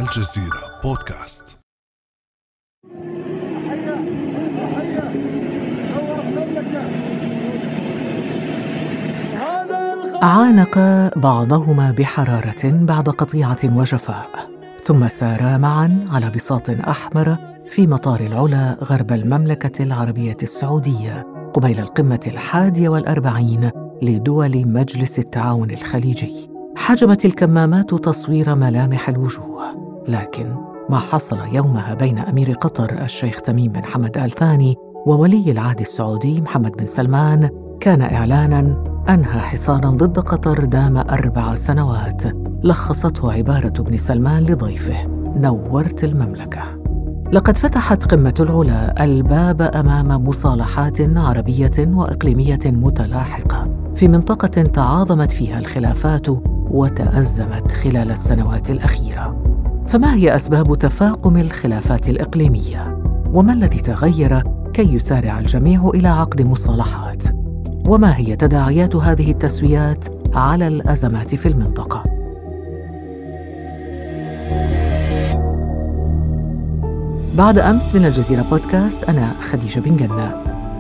الجزيرة بودكاست. عانق بعضهما بحرارة بعد قطيعة وجفاء، ثم سارا معا على بساط أحمر في مطار العلا غرب المملكة العربية السعودية قبيل القمة 41 لدول مجلس التعاون الخليجي. حجبت الكمامات تصوير ملامح الوجوه، لكن ما حصل يومها بين أمير قطر الشيخ تميم بن حمد آل ثاني وولي العهد السعودي محمد بن سلمان كان إعلاناً أنهى حصاراً ضد قطر دام 4 سنوات، لخصته عبارة ابن سلمان لضيفه: نورت المملكة. لقد فتحت قمة العلا الباب أمام مصالحات عربية وإقليمية متلاحقة في منطقة تعاظمت فيها الخلافات وتأزمت خلال السنوات الأخيرة. فما هي أسباب تفاقم الخلافات الإقليمية؟ وما الذي تغير كي يسارع الجميع إلى عقد مصالحات؟ وما هي تداعيات هذه التسويات على الأزمات في المنطقة؟ بعد أمس من الجزيرة بودكاست، أنا خديجة بن جنة.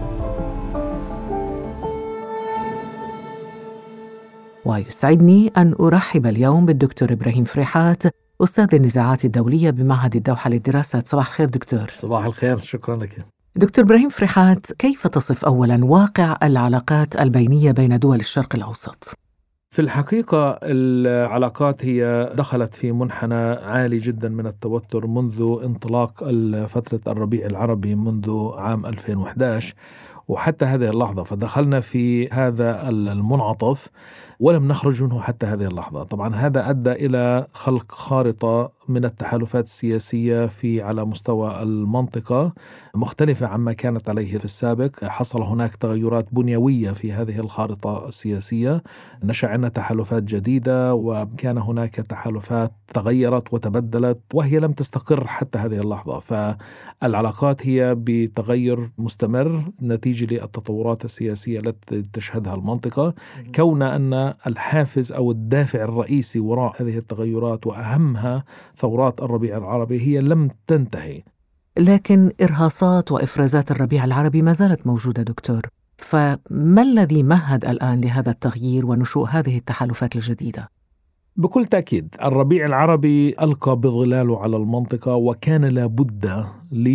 ويسعدني أن أرحب اليوم بالدكتور إبراهيم فريحات، أستاذ النزاعات الدولية بمعهد الدوحة للدراسات. صباح الخير دكتور. صباح الخير، شكرا لك. دكتور إبراهيم فريحات، كيف تصف أولاً واقع العلاقات البينية بين دول الشرق الأوسط؟ في الحقيقة العلاقات هي دخلت في منحنى عالي جدا من التوتر منذ انطلاق فترة الربيع العربي منذ عام 2011 وحتى هذه اللحظة. فدخلنا في هذا المنعطف ولم نخرج منه حتى هذه اللحظة. طبعا هذا أدى إلى خلق خارطة من التحالفات السياسية على مستوى المنطقة مختلفة عما كانت عليه في السابق. حصل هناك تغيرات بنيوية في هذه الخارطة السياسية، نشأ عنا تحالفات جديدة وكان هناك تحالفات تغيرت وتبدلت وهي لم تستقر حتى هذه اللحظة. فالعلاقات هي بتغير مستمر نتيجة للتطورات السياسية التي تشهدها المنطقة، كون أن الحافز أو الدافع الرئيسي وراء هذه التغيرات وأهمها ثورات الربيع العربي هي لم تنتهي. لكن إرهاصات وإفرازات الربيع العربي ما زالت موجودة دكتور، فما الذي مهد الآن لهذا التغيير ونشوء هذه التحالفات الجديدة؟ بكل تأكيد الربيع العربي ألقى بظلاله على المنطقة، وكان لابد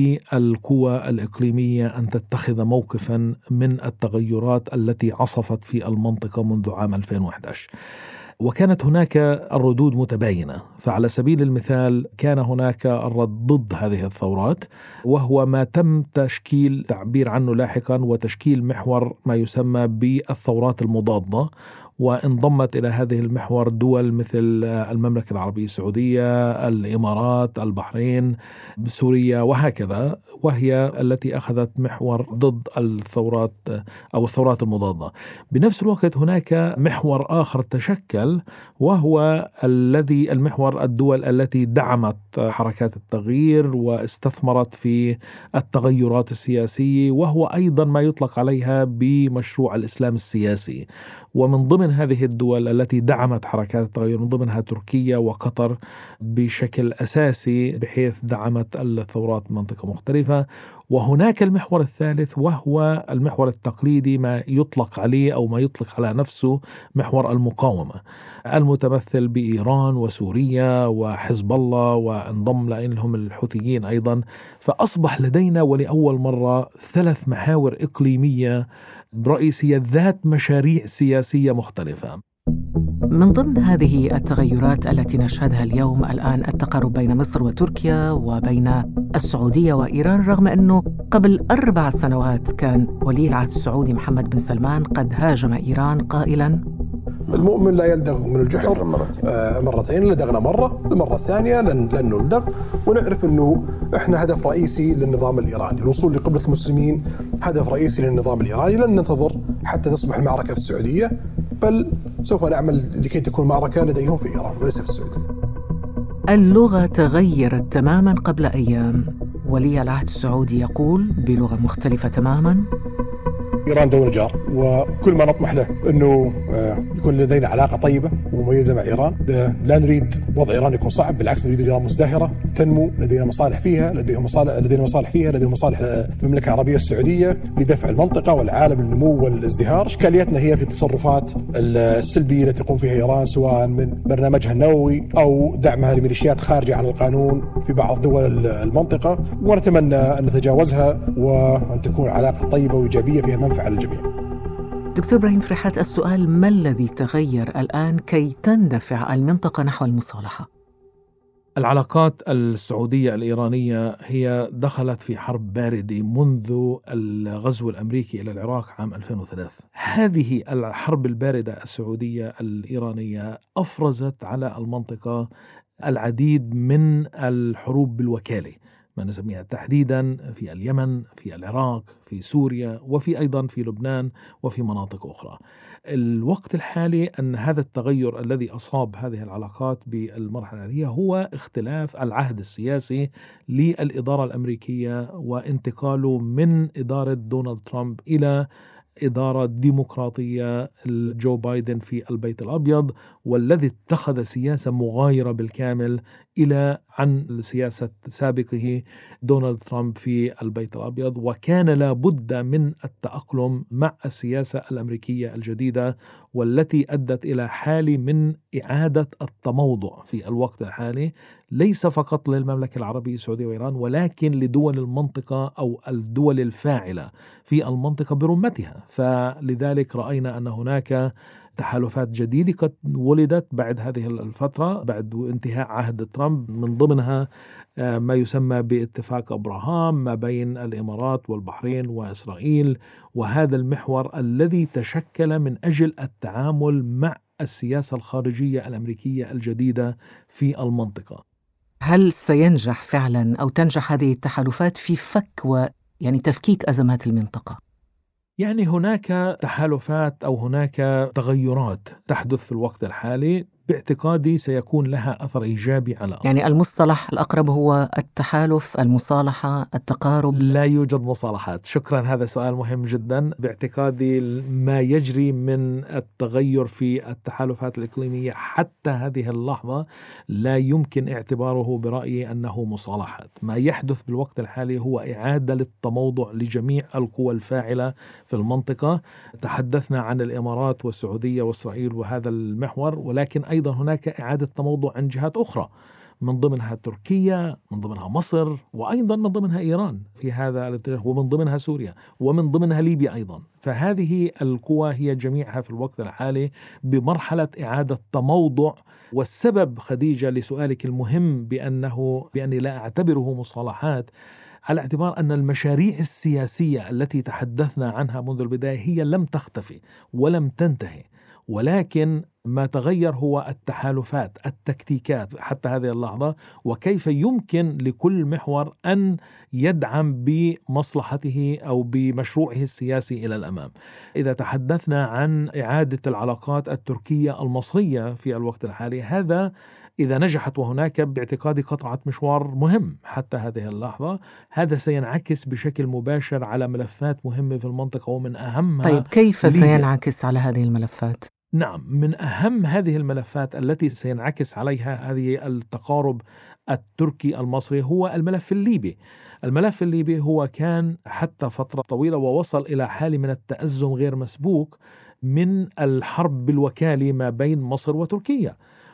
للقوى الإقليمية أن تتخذ موقفا من التغيرات التي عصفت في المنطقة منذ عام 2011. وكانت هناك الردود متباينة. فعلى سبيل المثال كان هناك الرد ضد هذه الثورات، وهو ما تم تشكيل تعبير عنه لاحقا وتشكيل محور ما يسمى بالثورات المضادة، وانضمت إلى هذه المحور دول مثل المملكة العربية السعودية، الإمارات، البحرين، سوريا وهكذا، وهي التي أخذت محور ضد الثورات أو الثورات المضادة. بنفس الوقت هناك محور آخر تشكل، وهو المحور الدول التي دعمت حركات التغيير واستثمرت في التغيرات السياسية، وهو أيضا ما يطلق عليها بمشروع الإسلام السياسي. ومن ضمن هذه الدول التي دعمت حركات التغير من ضمنها تركيا وقطر بشكل أساسي، بحيث دعمت الثورات في منطقة مختلفة. وهناك المحور الثالث وهو المحور التقليدي، ما يطلق عليه أو ما يطلق على نفسه محور المقاومة، المتمثل بإيران وسوريا وحزب الله، وانضم لهم الحوثيين أيضا. فأصبح لدينا ولأول مرة 3 محاور إقليمية رئيسية ذات مشاريع سياسية مختلفة. من ضمن هذه التغيرات التي نشهدها اليوم الآن التقارب بين مصر وتركيا وبين السعودية وإيران، رغم أنه قبل 4 سنوات كان ولي العهد السعودي محمد بن سلمان قد هاجم إيران قائلاً: المؤمن لا يلدغ من الجحر مرتين، لدغنا مرة، المرة الثانية لن نلدغ. ونعرف أنه إحنا هدف رئيسي للنظام الإيراني، الوصول لقبلة المسلمين هدف رئيسي للنظام الإيراني. لن ننتظر حتى تصبح المعركة في السعودية، بل سوف نعمل لكي تكون معركة لديهم في إيران وليس في السعودية. اللغة تغيرت تماماً قبل أيام. ولي العهد السعودي يقول بلغة مختلفة تماماً: إيران دولة جار، وكل ما نطمح له أنه يكون لدينا علاقة طيبة ومميزة مع إيران. لا نريد وضع إيران يكون صعب، بالعكس نريد إيران مزدهرة تنمو، لدينا مصالح فيها، لديهم مصالح في المملكة العربية السعودية لدفع المنطقة والعالم للنمو والازدهار. إشكاليتنا هي في التصرفات السلبية التي تقوم فيها إيران، سواء من برنامجها النووي أو دعمها لميليشيات خارجة عن القانون في بعض دول المنطقة، ونتمنى أن نتجاوزها وأن تكون علاقة طيبة وإيجابية فيها منفعة للجميع. دكتور إبراهيم فريحات، السؤال: ما الذي تغير الآن كي تندفع المنطقة نحو المصالحة؟ العلاقات السعودية الإيرانية هي دخلت في حرب باردة منذ الغزو الأمريكي إلى العراق عام 2003. هذه الحرب الباردة السعودية الإيرانية أفرزت على المنطقة العديد من الحروب بالوكالة، ما نسميها تحديدا في اليمن، في العراق، في سوريا، وفي أيضا في لبنان وفي مناطق أخرى. الوقت الحالي أن هذا التغير الذي أصاب هذه العلاقات بالمرحلة الحالية هو اختلاف العهد السياسي للإدارة الأمريكية وانتقاله من إدارة دونالد ترامب إلى إدارة ديمقراطية جو بايدن في البيت الأبيض، والذي اتخذ سياسة مغايرة بالكامل إلى عن سياسة سابقه دونالد ترامب في البيت الأبيض، وكان لابد من التأقلم مع السياسة الأمريكية الجديدة، والتي أدت إلى حال من إعادة التموضع في الوقت الحالي، ليس فقط للمملكة العربية السعودية وإيران، ولكن لدول المنطقة أو الدول الفاعلة في المنطقة برمتها. فلذلك رأينا أن هناك تحالفات جديدة قد ولدت بعد هذه الفترة، بعد انتهاء عهد ترامب، من ضمنها ما يسمى باتفاق أبراهام ما بين الإمارات والبحرين وإسرائيل، وهذا المحور الذي تشكل من أجل التعامل مع السياسة الخارجية الأمريكية الجديدة في المنطقة. هل سينجح فعلا أو تنجح هذه التحالفات في فك تفكيك أزمات المنطقة؟ يعني هناك تحالفات أو هناك تغيرات تحدث في الوقت الحالي، باعتقادي سيكون لها أثر إيجابي على المصطلح الأقرب هو التحالف، المصالحة، التقارب. لا يوجد مصالحات. شكرا، هذا سؤال مهم جدا. باعتقادي ما يجري من التغير في التحالفات الإقليمية حتى هذه اللحظة لا يمكن اعتباره برأيي أنه مصالحات. ما يحدث بالوقت الحالي هو إعادة للتموضع لجميع القوى الفاعلة في المنطقة. تحدثنا عن الإمارات والسعودية وإسرائيل وهذا المحور، ولكن أيضا هناك إعادة تموضع عن جهات أخرى، من ضمنها تركيا، من ضمنها مصر، وأيضا من ضمنها إيران في هذا الاتجاه، ومن ضمنها سوريا، ومن ضمنها ليبيا أيضا. فهذه القوى هي جميعها في الوقت الحالي بمرحلة إعادة تموضع. والسبب خديجة لسؤالك المهم بأني لا أعتبره مصالحات، على اعتبار أن المشاريع السياسية التي تحدثنا عنها منذ البداية هي لم تختفي ولم تنتهي، ولكن ما تغير هو التحالفات، التكتيكات حتى هذه اللحظة، وكيف يمكن لكل محور أن يدعم بمصلحته أو بمشروعه السياسي إلى الأمام. إذا تحدثنا عن إعادة العلاقات التركية المصرية في الوقت الحالي، هذا إذا نجحت، وهناك باعتقادي قطعت مشوار مهم حتى هذه اللحظة، هذا سينعكس بشكل مباشر على ملفات مهمة في المنطقة، ومن أهمها طيب كيف سينعكس على هذه الملفات؟ نعم، من أهم هذه الملفات التي سينعكس عليها هذه التقارب التركي المصري هو الملف الليبي. الملف الليبي هو كان حتى فترة طويلة ووصل إلى حال من التأزم غير مسبوق من الحرب بالوكالة ما بين مصر وتركيا،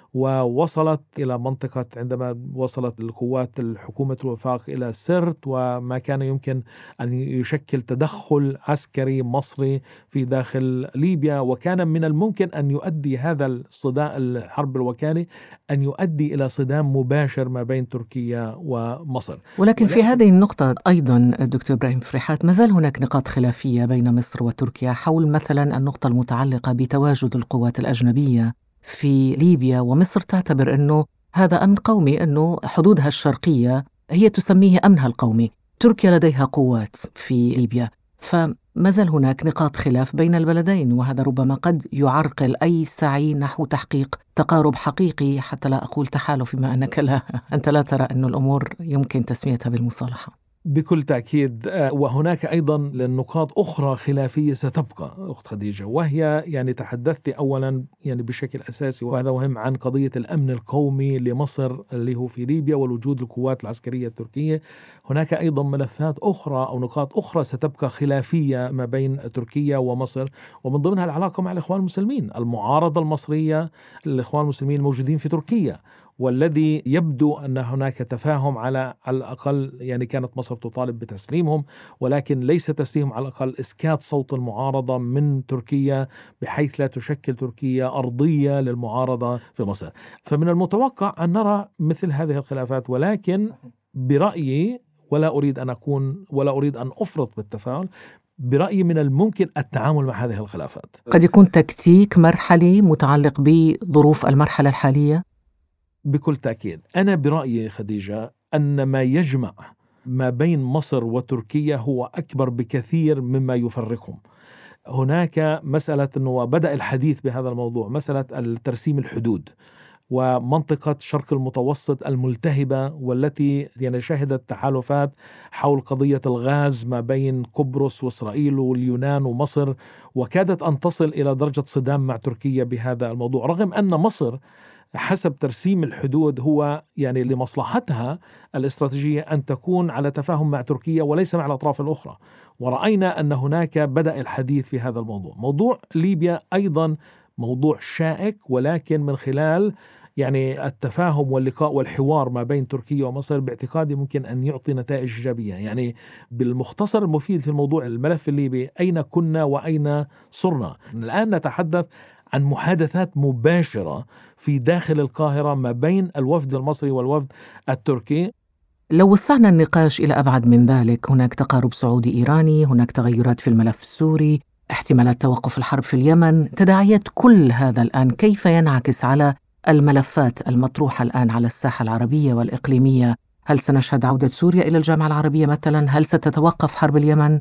ووصلت إلى منطقة عندما وصلت القوات الحكومة الوفاق إلى سرت، وما كان يمكن أن يشكل تدخل عسكري مصري في داخل ليبيا، وكان من الممكن أن يؤدي هذا الصدام الحرب الوكالي أن يؤدي إلى صدام مباشر ما بين تركيا ومصر. ولكن في هذه النقطة أيضا دكتور إبراهيم فريحات، ما زال هناك نقاط خلافية بين مصر وتركيا حول مثلا النقطة المتعلقة بتواجد القوات الأجنبية في ليبيا، ومصر تعتبر أنه هذا أمن قومي، أنه حدودها الشرقية هي تسميه أمنها القومي. تركيا لديها قوات في ليبيا، فما زال هناك نقاط خلاف بين البلدين، وهذا ربما قد يعرقل أي سعي نحو تحقيق تقارب حقيقي، حتى لا أقول تحالف، بما أنت لا ترى أن الأمور يمكن تسميتها بالمصالحة. بكل تأكيد. وهناك أيضا نقاط أخرى خلافية ستبقى أخت خديجة، وهي يعني تحدثت أولا يعني بشكل أساسي وهذا مهم عن قضية الأمن القومي لمصر اللي هو في ليبيا والوجود القوات العسكرية التركية. هناك أيضا ملفات أخرى أو نقاط أخرى ستبقى خلافية ما بين تركيا ومصر، ومن ضمنها العلاقة مع الإخوان المسلمين، المعارضة المصرية للإخوان المسلمين الموجودين في تركيا، والذي يبدو أن هناك تفاهم على الأقل، يعني كانت مصر تطالب بتسليمهم ولكن ليس تسليمهم، على الأقل إسكات صوت المعارضة من تركيا بحيث لا تشكل تركيا أرضية للمعارضة في مصر. فمن المتوقع أن نرى مثل هذه الخلافات، ولكن برأيي ولا أريد أن أفرط بالتفاؤل، برأيي من الممكن التعامل مع هذه الخلافات. قد يكون تكتيك مرحلي متعلق بظروف المرحلة الحالية. بكل تأكيد أنا برأيي خديجة أن ما يجمع ما بين مصر وتركيا هو أكبر بكثير مما يفرقهم. هناك مسألة أنه بدأ الحديث بهذا الموضوع، مسألة الترسيم الحدود ومنطقة شرق المتوسط الملتهبة، والتي يعني شهدت تحالفات حول قضية الغاز ما بين قبرص وإسرائيل واليونان ومصر، وكادت أن تصل إلى درجة صدام مع تركيا بهذا الموضوع، رغم أن مصر حسب ترسيم الحدود هو يعني لمصلحتها الاستراتيجية أن تكون على تفاهم مع تركيا وليس مع الأطراف الأخرى. ورأينا أن هناك بدأ الحديث في هذا الموضوع. موضوع ليبيا أيضا موضوع شائك، ولكن من خلال يعني التفاهم واللقاء والحوار ما بين تركيا ومصر باعتقادي ممكن أن يعطي نتائج إيجابية. يعني بالمختصر المفيد في الموضوع الملف الليبي، أين كنا وأين صرنا؟ الآن نتحدث عن محادثات مباشرة في داخل القاهرة ما بين الوفد المصري والوفد التركي. لو وسعنا النقاش إلى أبعد من ذلك، هناك تقارب سعودي إيراني، هناك تغيرات في الملف السوري، احتمالات توقف الحرب في اليمن، تداعيات كل هذا الآن كيف ينعكس على الملفات المطروحة الآن على الساحة العربية والإقليمية؟ هل سنشهد عودة سوريا إلى الجامعة العربية مثلا؟ هل ستتوقف حرب اليمن؟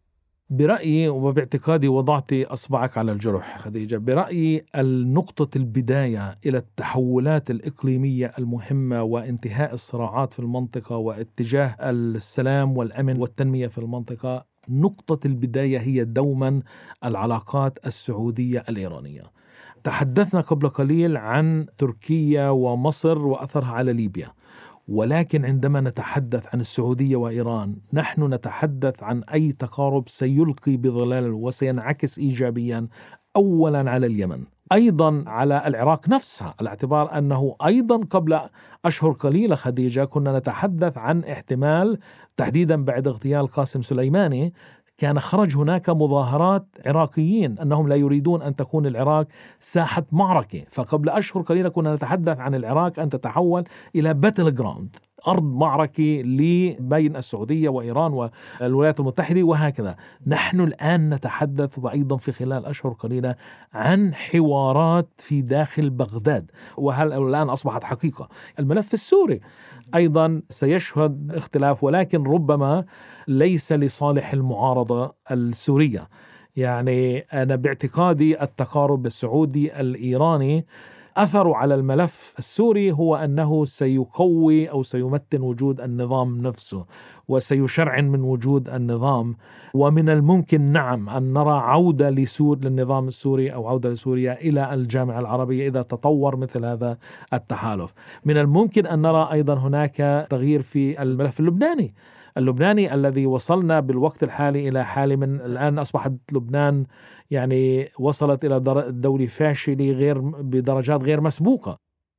برأيي وباعتقادي وضعت أصبعك على الجرح خديجة، برأيي النقطة البداية إلى التحولات الإقليمية المهمة وانتهاء الصراعات في المنطقة واتجاه السلام والأمن والتنمية في المنطقة، نقطة البداية هي دوما العلاقات السعودية الإيرانية. تحدثنا قبل قليل عن تركيا ومصر وأثرها على ليبيا، ولكن عندما نتحدث عن السعودية وإيران نحن نتحدث عن أي تقارب سيلقي بظلال وسينعكس إيجابيا أولا على اليمن، أيضا على العراق نفسها، على اعتبار أنه أيضا قبل أشهر قليلة خديجة كنا نتحدث عن احتمال تحديدا بعد اغتيال قاسم سليماني كان خرج هناك مظاهرات عراقيين أنهم لا يريدون أن تكون العراق ساحة معركة. فقبل أشهر قليلة كنا نتحدث عن العراق أن تتحول إلى باتل جراوند، أرض معركة بين السعودية وإيران والولايات المتحدة وهكذا. نحن الآن نتحدث وأيضا في خلال أشهر قليلة عن حوارات في داخل بغداد، وهل الآن أصبحت حقيقة. الملف السوري أيضا سيشهد اختلاف، ولكن ربما ليس لصالح المعارضة السورية. يعني أنا باعتقادي التقارب السعودي الإيراني أثره على الملف السوري هو أنه سيقوي أو سيمتن وجود النظام نفسه وسيشرعن من وجود النظام، ومن الممكن نعم أن نرى عودة للنظام السوري أو عودة لسوريا إلى الجامعة العربية إذا تطور مثل هذا التحالف. من الممكن أن نرى أيضا هناك تغيير في الملف اللبناني الذي وصلنا بالوقت الحالي إلى حال من الآن أصبحت لبنان يعني وصلت إلى دولة فاشلة غير بدرجات غير مسبوقة.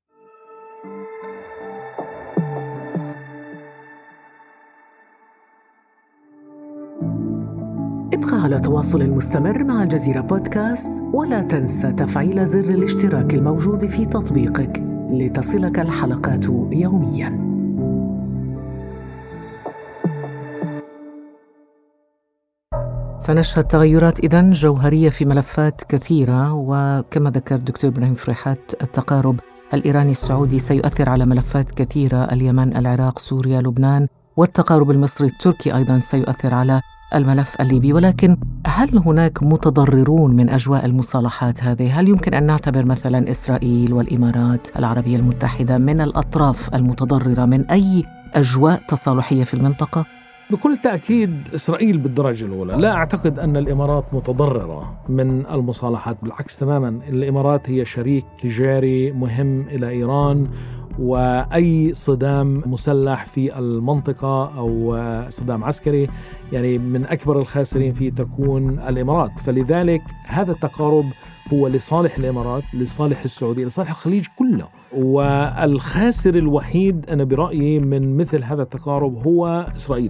ابقى على تواصل مستمر مع الجزيرة بودكاست، ولا تنسى تفعيل زر الاشتراك الموجود في تطبيقك لتصلك الحلقات يومياً. سنشهد تغيرات إذن جوهرية في ملفات كثيرة، وكما ذكر دكتور إبراهيم فريحات التقارب الإيراني السعودي سيؤثر على ملفات كثيرة، اليمن، العراق، سوريا، لبنان، والتقارب المصري التركي أيضا سيؤثر على الملف الليبي. ولكن هل هناك متضررون من أجواء المصالحات هذه؟ هل يمكن أن نعتبر مثلا إسرائيل والإمارات العربية المتحدة من الأطراف المتضررة من أي أجواء تصالحية في المنطقة؟ بكل تأكيد إسرائيل بالدرجة الأولى. لا أعتقد أن الإمارات متضررة من المصالحات، بالعكس تماما. الإمارات هي شريك تجاري مهم إلى إيران، وأي صدام مسلح في المنطقة أو صدام عسكري يعني من أكبر الخاسرين فيه تكون الإمارات. فلذلك هذا التقارب هو لصالح الإمارات، لصالح السعودية، لصالح الخليج كله. والخاسر الوحيد أنا برأيي من مثل هذا التقارب هو إسرائيل.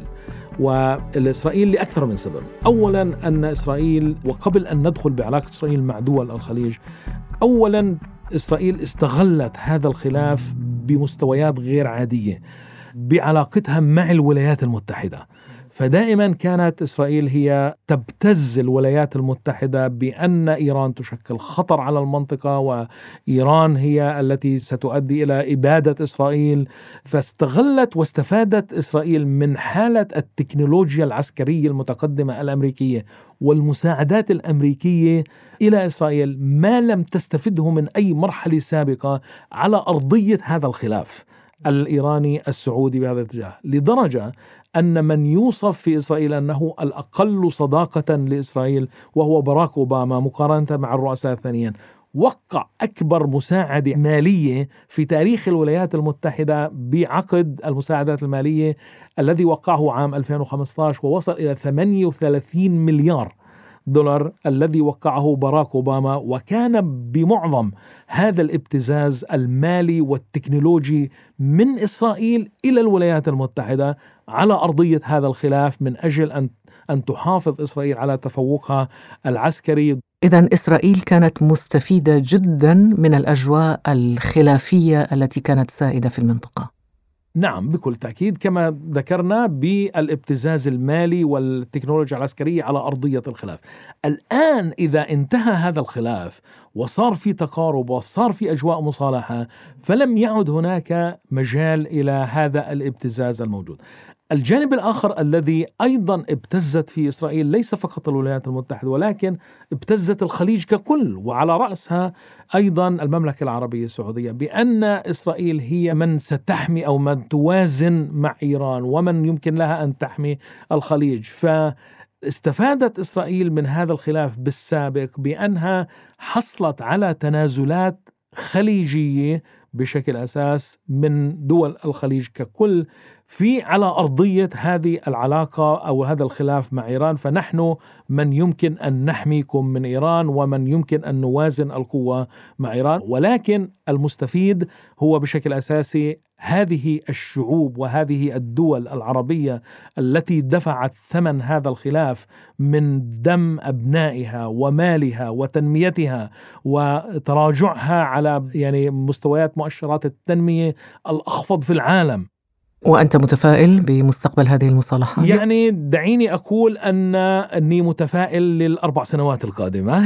والإسرائيل لأكثر من سبب. أولا أن إسرائيل، وقبل أن ندخل بعلاقة إسرائيل مع دول الخليج، أولا إسرائيل استغلت هذا الخلاف بمستويات غير عادية بعلاقتها مع الولايات المتحدة. فدائما كانت إسرائيل هي تبتز الولايات المتحدة بأن إيران تشكل خطر على المنطقة، وإيران هي التي ستؤدي إلى إبادة إسرائيل. فاستغلت واستفادت إسرائيل من حالة التكنولوجيا العسكرية المتقدمة الأمريكية والمساعدات الأمريكية إلى إسرائيل ما لم تستفده من أي مرحلة سابقة على أرضية هذا الخلاف الإيراني السعودي بهذا الاتجاه، لدرجة أن من يوصف في إسرائيل أنه الأقل صداقة لإسرائيل وهو باراك أوباما مقارنة مع الرؤساء الثانيين، وقع أكبر مساعدة مالية في تاريخ الولايات المتحدة بعقد المساعدات المالية الذي وقعه عام 2015 ووصل إلى 38 مليار دولار الذي وقعه باراك أوباما. وكان بمعظم هذا الابتزاز المالي والتكنولوجي من إسرائيل إلى الولايات المتحدة على أرضية هذا الخلاف، من أجل أن تحافظ إسرائيل على تفوقها العسكري. إذن إسرائيل كانت مستفيدة جدا من الأجواء الخلافية التي كانت سائدة في المنطقة. نعم بكل تأكيد، كما ذكرنا بالابتزاز المالي والتكنولوجيا العسكرية على أرضية الخلاف. الآن إذا انتهى هذا الخلاف وصار في تقارب وصار في أجواء مصالحة، فلم يعد هناك مجال إلى هذا الابتزاز الموجود. الجانب الآخر الذي أيضا ابتزت في إسرائيل ليس فقط الولايات المتحدة، ولكن ابتزت الخليج ككل، وعلى رأسها أيضا المملكة العربية السعودية، بأن إسرائيل هي من ستحمي أو من توازن مع إيران ومن يمكن لها أن تحمي الخليج. فاستفادت إسرائيل من هذا الخلاف بالسابق بأنها حصلت على تنازلات خليجية بشكل أساس من دول الخليج ككل على أرضية هذه العلاقة أو هذا الخلاف مع إيران. فنحن من يمكن أن نحميكم من إيران ومن يمكن أن نوازن القوة مع إيران. ولكن المستفيد هو بشكل أساسي هذه الشعوب وهذه الدول العربية التي دفعت ثمن هذا الخلاف من دم أبنائها ومالها وتنميتها وتراجعها على مستويات مؤشرات التنمية الأخفض في العالم. وأنت متفائل بمستقبل هذه المصالحات؟ دعيني أقول أني متفائل للأربع سنوات القادمة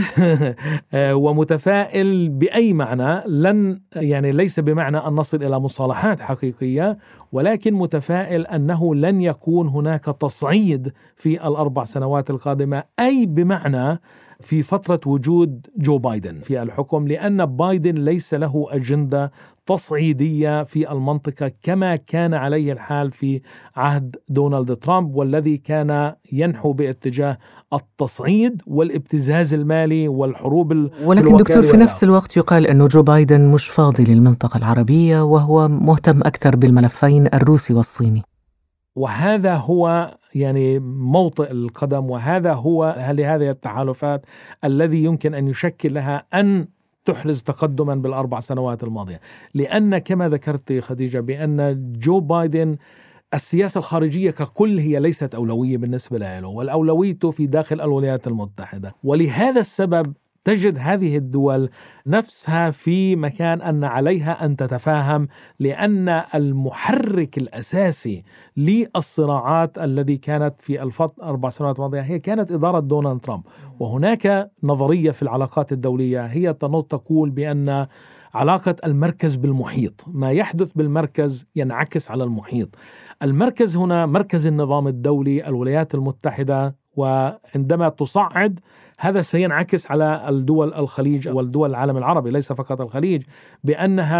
ومتفائل بأي معنى، ليس بمعنى أن نصل إلى مصالحات حقيقية، ولكن متفائل أنه لن يكون هناك تصعيد في الأربع سنوات القادمة، أي بمعنى في فترة وجود جو بايدن في الحكم، لأن بايدن ليس له أجندة تصعيدية في المنطقة كما كان عليه الحال في عهد دونالد ترامب، والذي كان ينحو باتجاه التصعيد والابتزاز المالي والحروب. ولكن دكتور في نفس الوقت يقال أنه جو بايدن مش فاضي للمنطقة العربية، وهو مهتم أكثر بالملفين الروسي والصيني، وهذا هو موطئ القدم، وهذا هو لهذه التحالفات الذي يمكن أن يشكل لها أن تحرز تقدما بالأربع سنوات الماضية. لأن كما ذكرت خديجة بأن جو بايدن السياسة الخارجية ككل هي ليست أولوية بالنسبة له، والأولوية في داخل الولايات المتحدة. ولهذا السبب تجد هذه الدول نفسها في مكان أن عليها أن تتفاهم، لأن المحرك الأساسي للصراعات الذي كانت في الأربع سنوات الماضية هي كانت إدارة دونالد ترامب. وهناك نظرية في العلاقات الدولية هي تقول بأن علاقة المركز بالمحيط، ما يحدث بالمركز ينعكس على المحيط. المركز هنا مركز النظام الدولي الولايات المتحدة، وعندما تصعد هذا سينعكس على الدول الخليج والدول العالم العربي، ليس فقط الخليج، بأنها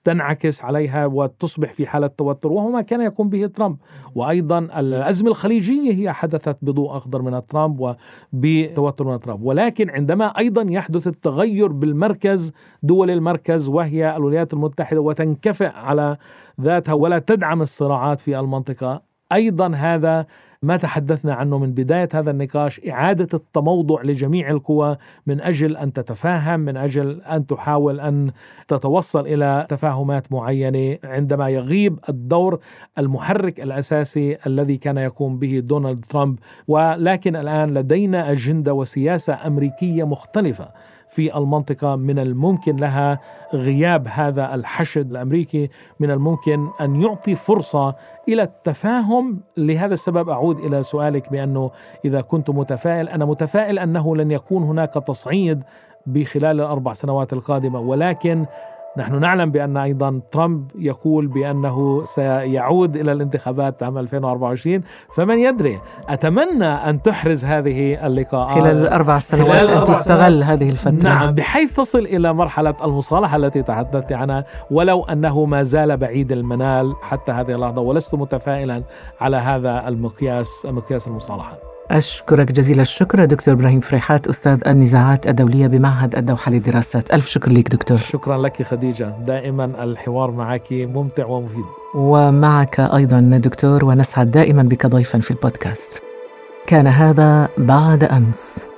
تنعكس عليها وتصبح في حالة توتر، وهو ما كان يقوم به ترامب. وأيضا الأزمة الخليجية هي حدثت بضوء أخضر من ترامب وبتوتر من ترامب. ولكن عندما أيضا يحدث التغير بالمركز، دول المركز وهي الولايات المتحدة، وتنكفئ على ذاتها ولا تدعم الصراعات في المنطقة، أيضا هذا ما تحدثنا عنه من بداية هذا النقاش، إعادة التموضع لجميع القوى من أجل أن تتفاهم، من أجل أن تحاول أن تتوصل إلى تفاهمات معينة عندما يغيب الدور المحرك الأساسي الذي كان يقوم به دونالد ترامب. ولكن الآن لدينا أجندة وسياسة أمريكية مختلفة في المنطقة، من الممكن لها غياب هذا الحشد الأمريكي، من الممكن أن يعطي فرصة إلى التفاهم. لهذا السبب أعود إلى سؤالك بأنه إذا كنت متفائل، أنا متفائل أنه لن يكون هناك تصعيد بخلال ال4 سنوات القادمة، ولكن نحن نعلم بأن أيضا ترامب يقول بأنه سيعود إلى الانتخابات عام 2024، فمن يدري. أتمنى أن تحرز هذه اللقاءات خلال ال4 سنوات، أن تستغل هذه الفترة، نعم، بحيث تصل إلى مرحلة المصالحة التي تحدثت عنها، ولو أنه ما زال بعيد المنال حتى هذه اللحظة، ولست متفائلا على هذا مقياس المصالحة. أشكرك جزيل الشكر دكتور إبراهيم فريحات، أستاذ النزاعات الدولية بمعهد الدوحة للدراسات. ألف شكر لك دكتور. شكرا لك خديجة، دائما الحوار معك ممتع ومفيد. ومعك أيضا دكتور، ونسعد دائما بك ضيفا في البودكاست. كان هذا بعد أمس.